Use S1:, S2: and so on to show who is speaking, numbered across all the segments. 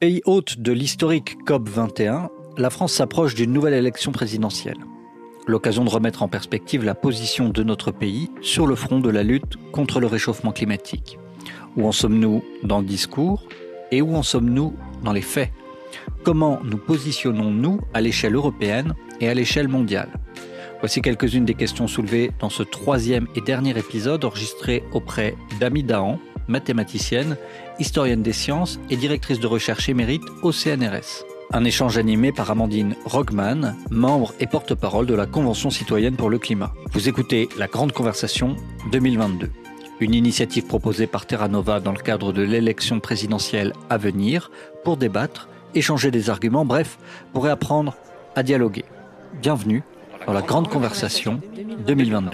S1: Pays hôte de l'historique COP21, la France s'approche d'une nouvelle élection présidentielle. L'occasion de remettre en perspective la position de notre pays sur le front de la lutte contre le réchauffement climatique. Où en sommes-nous dans le discours et où en sommes-nous dans les faits ? Comment nous positionnons-nous à l'échelle européenne et à l'échelle mondiale ? Voici quelques-unes des questions soulevées dans ce troisième et dernier épisode enregistré auprès d'Ami Dahan, mathématicienne, historienne des sciences et directrice de recherche émérite au CNRS. Un échange animé par Amandine Rogman, membre et porte-parole de la Convention citoyenne pour le climat. Vous écoutez La Grande Conversation 2022, une initiative proposée par Terra Nova dans le cadre de l'élection présidentielle à venir pour débattre, échanger des arguments, bref, pour réapprendre à dialoguer. Bienvenue dans La Grande Conversation 2022.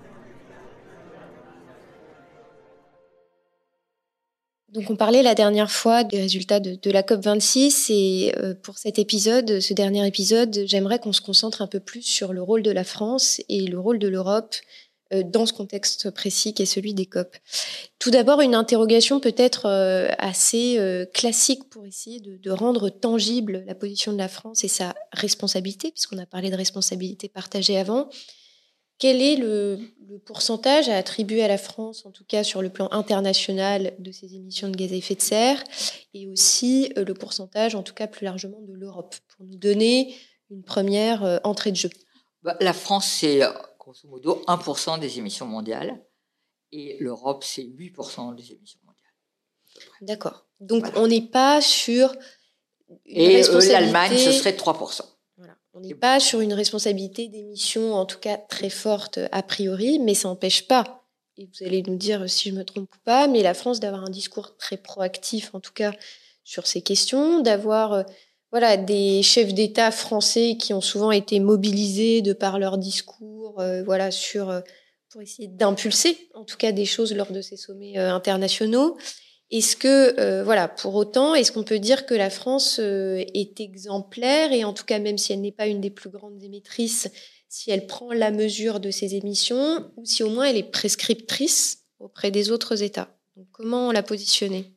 S2: Donc on parlait la dernière fois des résultats de la COP26 et pour cet épisode, ce dernier épisode, j'aimerais qu'on se concentre un peu plus sur le rôle de la France et le rôle de l'Europe dans ce contexte précis qui est celui des COP. Tout d'abord, une interrogation peut-être assez classique pour essayer de rendre tangible la position de la France et sa responsabilité, puisqu'on a parlé de responsabilité partagée avant. Quel est le pourcentage à attribuer à la France, en tout cas sur le plan international, de ses émissions de gaz à effet de serre, et aussi le pourcentage, en tout cas plus largement, de l'Europe, pour nous donner une première entrée de jeu?
S3: La France, c'est grosso modo 1% des émissions mondiales, et l'Europe, c'est 8% des émissions mondiales.
S2: D'accord. Donc voilà. On n'est pas sur une
S3: et
S2: responsabilité...
S3: l'Allemagne, ce serait 3%.
S2: Voilà. On n'est pas sur une responsabilité d'émissions, en tout cas très forte a priori, mais ça n'empêche pas, et vous allez nous dire si je me trompe ou pas, mais la France d'avoir un discours très proactif, en tout cas sur ces questions, d'avoir des chefs d'État français qui ont souvent été mobilisés de par leur discours pour essayer d'impulser, en tout cas, des choses lors de ces sommets internationaux. Est-ce que, pour autant, est-ce qu'on peut dire que la France est exemplaire et en tout cas, même si elle n'est pas une des plus grandes émettrices, si elle prend la mesure de ses émissions ou si au moins elle est prescriptrice auprès des autres États? Donc, comment la positionner?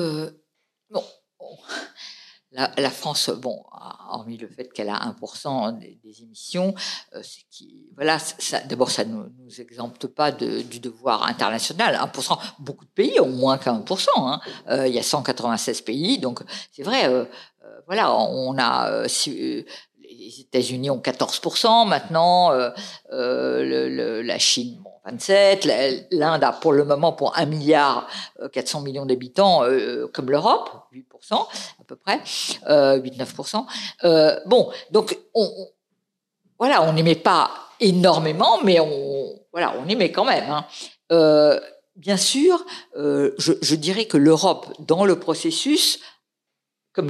S3: La France, hormis le fait qu'elle a 1% des émissions, d'abord, ça ne nous exempte pas du devoir international. 1%, beaucoup de pays ont moins qu'1%. Il y a 196 pays, donc c'est vrai. On a... les États-Unis ont 14% maintenant, la Chine 27%, l'Inde a pour le moment pour 1,4 milliard d'habitants, comme l'Europe, 8% à peu près, 8-9%. Donc on n'émet pas énormément, mais on émet quand même. Bien sûr, je dirais que l'Europe, dans le processus, comme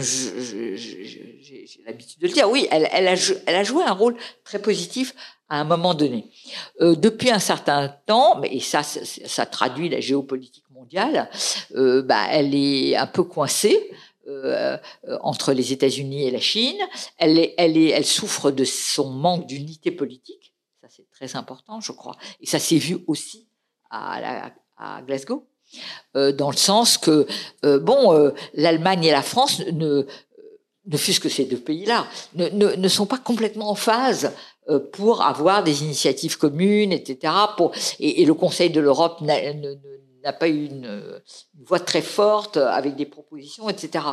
S3: j'ai l'habitude de le dire, oui, elle a joué un rôle très positif à un moment donné. Depuis un certain temps, et ça traduit la géopolitique mondiale, elle est un peu coincée entre les États-Unis et la Chine. Elle souffre de son manque d'unité politique. Ça, c'est très important, je crois. Et ça s'est vu aussi à Glasgow. Dans le sens que l'Allemagne et la France ne fût-ce que ces deux pays-là ne sont pas complètement en phase pour avoir des initiatives communes, etc. Et le Conseil de l'Europe n'a pas eu une voix très forte avec des propositions, etc.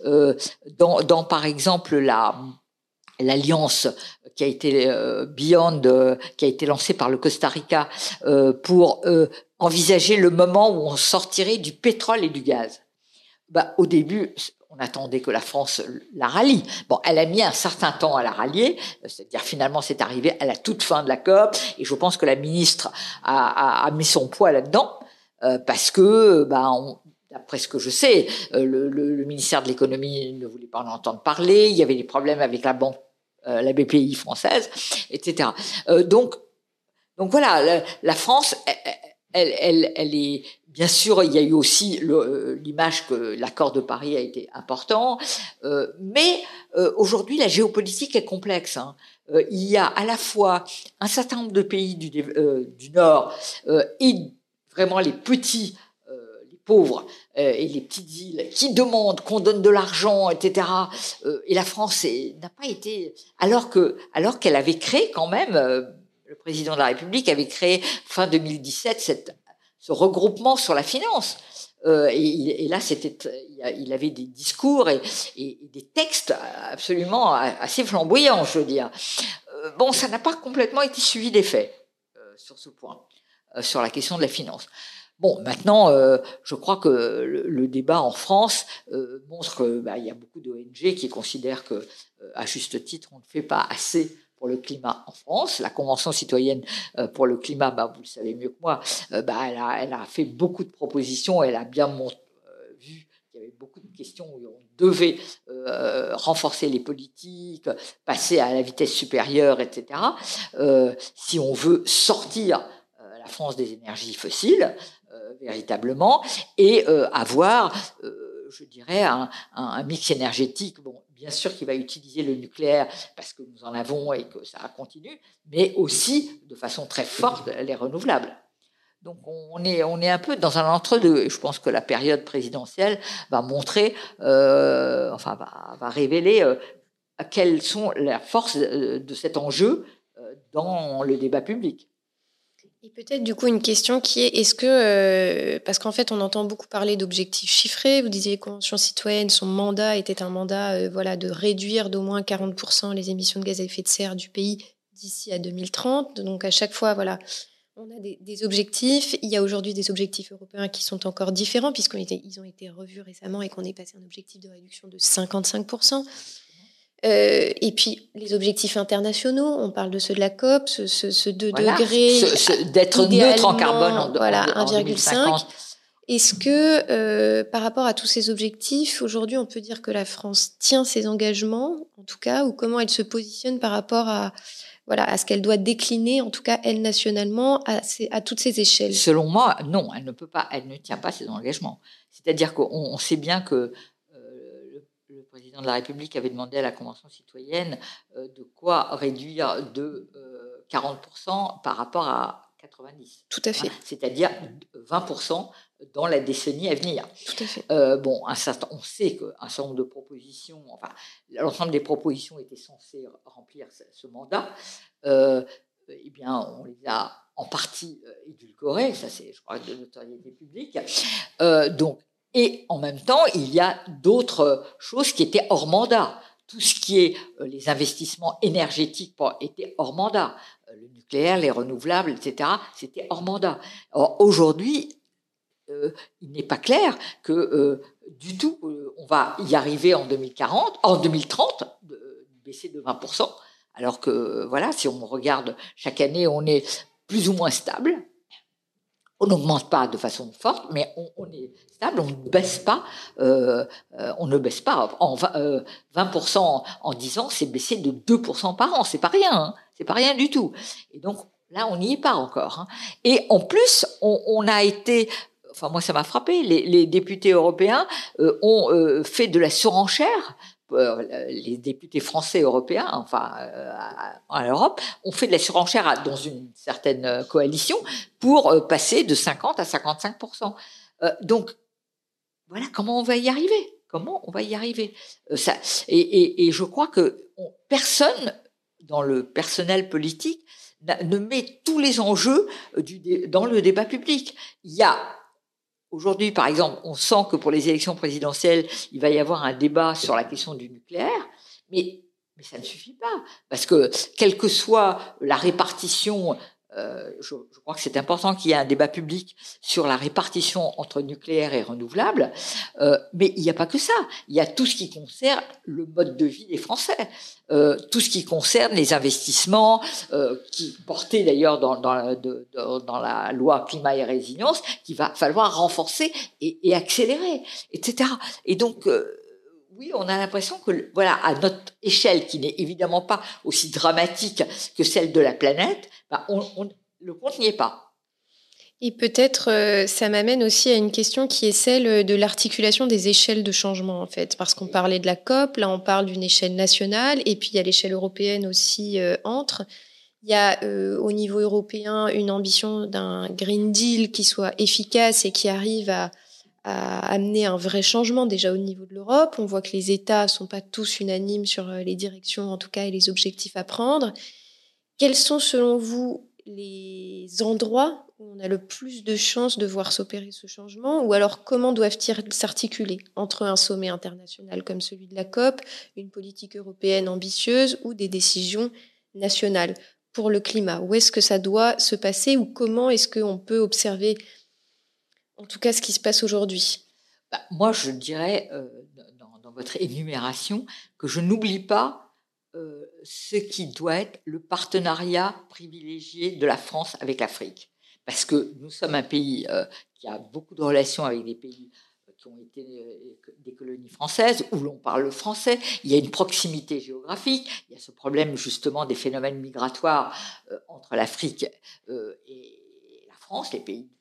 S3: Dans par exemple l'alliance qui a été Beyond, qui a été lancée par le Costa Rica pour envisager le moment où on sortirait du pétrole et du gaz. Au début, on attendait que la France la rallie. Elle a mis un certain temps à la rallier, c'est-à-dire finalement c'est arrivé à la toute fin de la COP, et je pense que la ministre a mis son poids là-dedans, parce que, d'après ce que je sais, le ministère de l'économie ne voulait pas en entendre parler, il y avait des problèmes avec la banque, la BPI française, etc. Donc voilà, la France, elle est... Bien sûr, il y a eu aussi l'image que l'accord de Paris a été important, mais aujourd'hui, la géopolitique est complexe. Il y a à la fois un certain nombre de pays du Nord et vraiment les petits pauvres et les petites îles qui demandent qu'on donne de l'argent, etc. Et la France n'a pas été... Alors qu'elle avait créé quand même, le président de la République avait créé fin 2017 ce regroupement sur la finance. Et là, il avait des discours et des textes absolument assez flamboyants, je veux dire. Bon, ça n'a pas complètement été suivi des faits sur ce point, sur la question de la finance. Bon, maintenant, je crois que le débat en France montre qu'il y a beaucoup d'ONG qui considèrent que, à juste titre, on ne fait pas assez pour le climat en France. La Convention citoyenne pour le climat, vous le savez mieux que moi, elle a fait beaucoup de propositions. Elle a bien vu qu'il y avait beaucoup de questions où on devait renforcer les politiques, passer à la vitesse supérieure, etc. Si on veut sortir la France des énergies fossiles, véritablement, et avoir, je dirais, un mix énergétique, bon, bien sûr qu'il va utiliser le nucléaire parce que nous en avons et que ça continue, mais aussi de façon très forte les renouvelables. Donc on est un peu dans un entre-deux, et je pense que la période présidentielle va montrer, va révéler quelles sont les forces de cet enjeu dans le débat public.
S2: Et peut-être du coup une question qui est que, parce qu'en fait on entend beaucoup parler d'objectifs chiffrés, vous disiez Convention citoyenne, son mandat était un mandat de réduire d'au moins 40% les émissions de gaz à effet de serre du pays d'ici à 2030, donc à chaque fois on a des objectifs. Il y a aujourd'hui des objectifs européens qui sont encore différents puisqu'ils ont été revus récemment et qu'on est passé à un objectif de réduction de 55%. Et puis les objectifs internationaux, on parle de ceux de la COP, ce 2 degrés,
S3: d'être neutre en carbone,
S2: 1,5. Est-ce que par rapport à tous ces objectifs, aujourd'hui, on peut dire que la France tient ses engagements, en tout cas, ou comment elle se positionne par rapport à ce qu'elle doit décliner, en tout cas, elle, nationalement, à toutes ces échelles?
S3: Selon moi, non, elle ne tient pas ses engagements. C'est-à-dire qu'on sait bien que le président de la République avait demandé à la Convention citoyenne de quoi réduire de 40% par rapport à 90.
S2: Tout à fait.
S3: C'est-à-dire 20% dans la décennie à venir.
S2: Tout à fait.
S3: On sait qu'un certain nombre de propositions, l'ensemble des propositions étaient censées remplir ce mandat. Eh bien, on les a en partie édulcorées, ça c'est, je crois, de notoriété publique. Et en même temps, il y a d'autres choses qui étaient hors mandat. Tout ce qui est les investissements énergétiques étaient hors mandat. Le nucléaire, les renouvelables, etc., c'était hors mandat. Alors aujourd'hui, il n'est pas clair que du tout, on va y arriver en 2030, de baisser de 20%, alors que, si on regarde chaque année, on est plus ou moins stable. On n'augmente pas de façon forte, mais on est stable, on ne baisse pas. On ne baisse pas. 20% en 10 ans, c'est baissé de 2% par an. C'est pas rien, hein. C'est pas rien du tout. Et donc là, on n'y est pas encore. Hein. Et en plus, on a été... moi, ça m'a frappé. Les députés européens ont fait de la surenchère. Les députés français européens, en Europe, ont fait de la surenchère dans une certaine coalition pour passer de 50 à 55%. Donc, voilà comment on va y arriver. Et je crois que personne dans le personnel politique ne met tous les enjeux dans le débat public. Il y a aujourd'hui, par exemple, on sent que pour les élections présidentielles, il va y avoir un débat sur la question du nucléaire, mais ça ne suffit pas, parce que quelle que soit la répartition, je crois que c'est important qu'il y ait un débat public sur la répartition entre nucléaire et renouvelable, mais il n'y a pas que ça. Il y a tout ce qui concerne le mode de vie des Français, tout ce qui concerne les investissements, qui portés d'ailleurs dans la loi climat et résilience, qu'il va falloir renforcer et accélérer, etc. Et donc, oui, on a l'impression que, à notre échelle, qui n'est évidemment pas aussi dramatique que celle de la planète, le compte n'y est pas.
S2: Et peut-être, ça m'amène aussi à une question qui est celle de l'articulation des échelles de changement, en fait. Parce qu'on parlait de la COP, là, on parle d'une échelle nationale, et puis il y a l'échelle européenne aussi entre. Il y a au niveau européen une ambition d'un Green Deal qui soit efficace et qui arrive à à amener un vrai changement déjà au niveau de l'Europe. On voit que les États ne sont pas tous unanimes sur les directions, en tout cas, et les objectifs à prendre. Quels sont, selon vous, les endroits où on a le plus de chances de voir s'opérer ce changement? Ou alors, comment doivent-ils s'articuler entre un sommet international comme celui de la COP, une politique européenne ambitieuse ou des décisions nationales pour le climat? Où est-ce que ça doit se passer ou comment est-ce qu'on peut observer, en tout cas, ce qui se passe aujourd'hui?
S3: Moi, je dirais, dans votre énumération, que je n'oublie pas ce qui doit être le partenariat privilégié de la France avec l'Afrique. Parce que nous sommes un pays qui a beaucoup de relations avec des pays qui ont été des colonies françaises, où l'on parle le français. Il y a une proximité géographique. Il y a ce problème justement des phénomènes migratoires entre l'Afrique et la France, les pays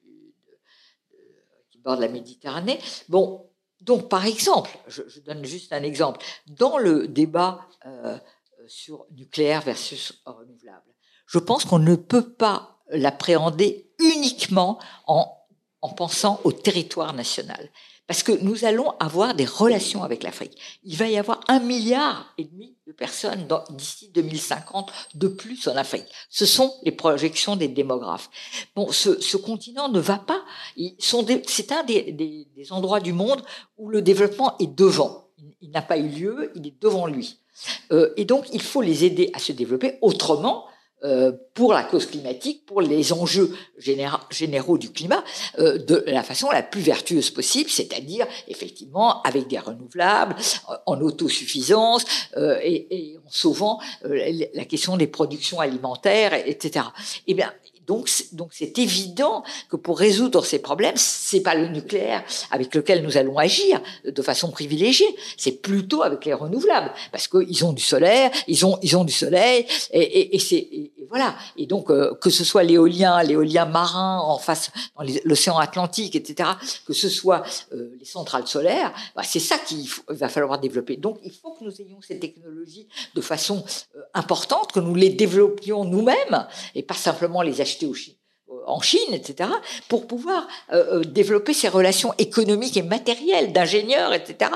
S3: qui bordent la Méditerranée. Bon, donc par exemple, je donne juste un exemple, dans le débat sur nucléaire versus renouvelable, je pense qu'on ne peut pas l'appréhender uniquement en pensant au territoire national. Parce que nous allons avoir des relations avec l'Afrique. Il va y avoir 1,5 milliard de personnes d'ici 2050 de plus en Afrique. Ce sont les projections des démographes. Bon, ce continent ne va pas. C'est un des endroits du monde où le développement est devant. Il n'a pas eu lieu, il est devant lui. Et donc, il faut les aider à se développer autrement. Pour la cause climatique, pour les enjeux généraux du climat, de la façon la plus vertueuse possible, c'est-à-dire effectivement avec des renouvelables, en autosuffisance et en sauvant la question des productions alimentaires, etc. Eh bien, donc c'est évident que pour résoudre ces problèmes, c'est pas le nucléaire avec lequel nous allons agir de façon privilégiée, c'est plutôt avec les renouvelables, parce qu'ils ont du solaire, ils ont du soleil, et voilà. Et donc que ce soit l'éolien marin en face dans l'océan Atlantique, etc., que ce soit les centrales solaires, c'est ça qu'il va falloir développer. Donc il faut que nous ayons ces technologies de façon importante, que nous les développions nous-mêmes et pas simplement les acheter en Chine, etc., pour pouvoir développer ces relations économiques et matérielles d'ingénieurs, etc.,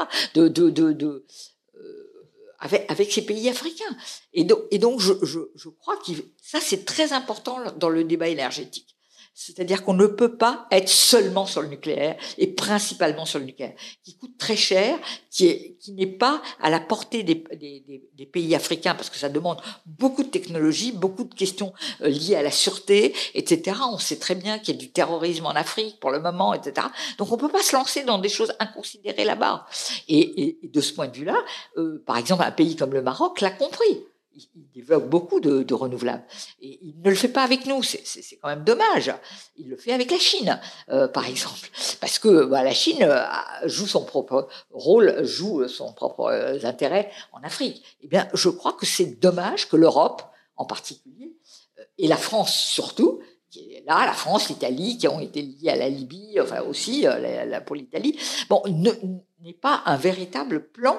S3: avec ces pays africains. Et donc je crois que ça, c'est très important dans le débat énergétique. C'est-à-dire qu'on ne peut pas être seulement sur le nucléaire et principalement sur le nucléaire, qui coûte très cher, qui n'est pas à la portée des pays africains, parce que ça demande beaucoup de technologie, beaucoup de questions liées à la sûreté, etc. On sait très bien qu'il y a du terrorisme en Afrique pour le moment, etc. Donc on peut pas se lancer dans des choses inconsidérées là-bas. Et de ce point de vue-là, par exemple, un pays comme le Maroc l'a compris. Il développe beaucoup de renouvelables. Et il ne le fait pas avec nous. C'est quand même dommage. Il le fait avec la Chine, par exemple. Parce que la Chine joue son propre rôle, joue son propre intérêt en Afrique. Eh bien, je crois que c'est dommage que l'Europe, en particulier, et la France surtout, qui est là, la France, l'Italie, qui ont été liés à la Libye, enfin aussi pour l'Italie, n'ait pas un véritable plan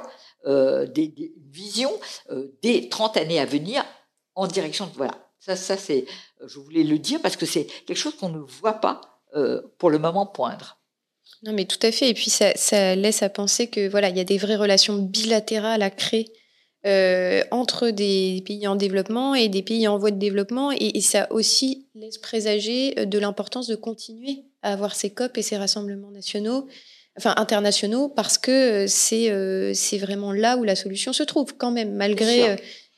S3: des visions des 30 années à venir en direction de... Voilà, ça c'est, je voulais le dire parce que c'est quelque chose qu'on ne voit pas pour le moment poindre.
S2: Non, mais tout à fait. Et puis, ça laisse à penser que voilà, il y a des vraies relations bilatérales à créer entre des pays en développement et des pays en voie de développement. Et ça aussi laisse présager de l'importance de continuer à avoir ces COP et ces rassemblements internationaux, parce que c'est vraiment là où la solution se trouve quand même, malgré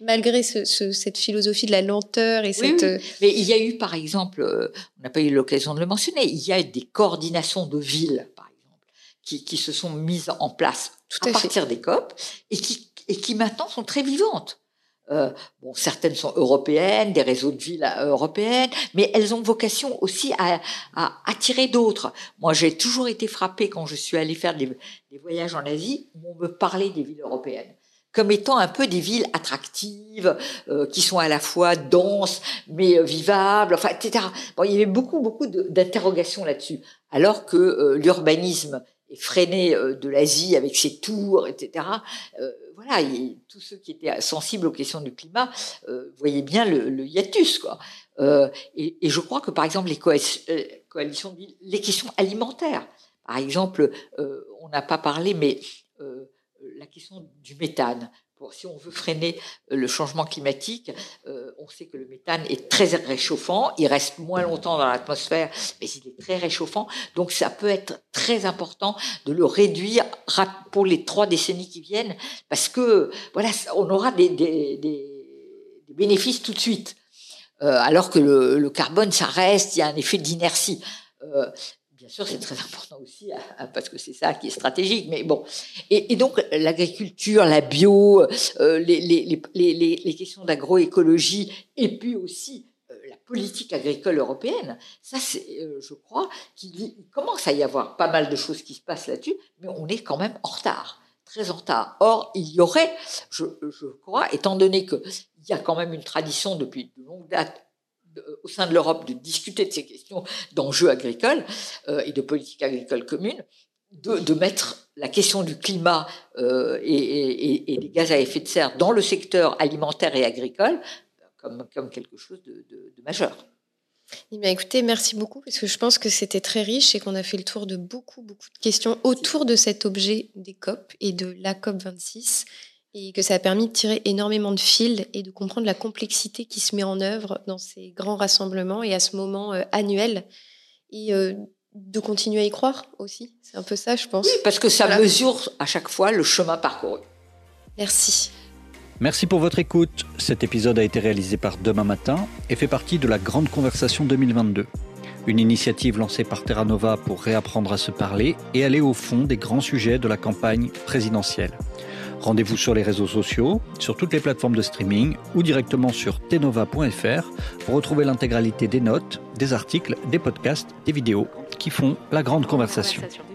S2: cette philosophie de la lenteur et
S3: oui. Mais il y a eu, par exemple, on n'a pas eu l'occasion de le mentionner, il y a des coordinations de villes, par exemple, qui se sont mises en place à partir des COP et qui maintenant sont très vivantes. Certaines sont européennes, des réseaux de villes européennes, mais elles ont vocation aussi à attirer d'autres. Moi, j'ai toujours été frappée quand je suis allée faire des voyages en Asie où on me parlait des villes européennes comme étant un peu des villes attractives, qui sont à la fois denses mais vivables, enfin, etc. Il y avait beaucoup d'interrogations là-dessus, alors que l'urbanisme effréné de l'Asie avec ses tours, etc. Voilà, tous ceux qui étaient sensibles aux questions du climat voyaient bien le hiatus, quoi. Et je crois que, par exemple, les coalitions de villes, les questions alimentaires, Par exemple, on n'a pas parlé, mais la question du méthane. Si on veut freiner le changement climatique, on sait que le méthane est très réchauffant, il reste moins longtemps dans l'atmosphère, mais il est très réchauffant, donc ça peut être très important de le réduire pour les 3 décennies qui viennent, parce que voilà, on aura des bénéfices tout de suite, alors que le carbone, ça reste, il y a un effet d'inertie. Bien sûr, c'est très important aussi, parce que c'est ça qui est stratégique. Mais bon, et donc l'agriculture, la bio, les questions d'agroécologie, et puis aussi la politique agricole européenne. Ça, c'est, je crois, qu'il commence à y avoir pas mal de choses qui se passent là-dessus, mais on est quand même en retard, très en retard. Or, il y aurait, je crois, étant donné qu'il y a quand même une tradition depuis de longue date au sein de l'Europe de discuter de ces questions d'enjeux agricoles et de politique agricole commune, de mettre la question du climat et des gaz à effet de serre dans le secteur alimentaire et agricole comme quelque chose de majeur.
S2: Eh bien, écoutez, merci beaucoup, parce que je pense que c'était très riche et qu'on a fait le tour de beaucoup de questions autour de cet objet des COP et de la COP26. Et que ça a permis de tirer énormément de fils et de comprendre la complexité qui se met en œuvre dans ces grands rassemblements et à ce moment annuel. Et de continuer à y croire aussi. C'est un peu ça, je pense.
S3: Oui, parce que ça mesure à chaque fois le chemin parcouru.
S2: Merci.
S1: Merci pour votre écoute. Cet épisode a été réalisé par Demain Matin et fait partie de la Grande Conversation 2022. Une initiative lancée par Terra Nova pour réapprendre à se parler et aller au fond des grands sujets de la campagne présidentielle. Rendez-vous sur les réseaux sociaux, sur toutes les plateformes de streaming ou directement sur tenova.fr pour retrouver l'intégralité des notes, des articles, des podcasts, des vidéos qui font la grande conversation.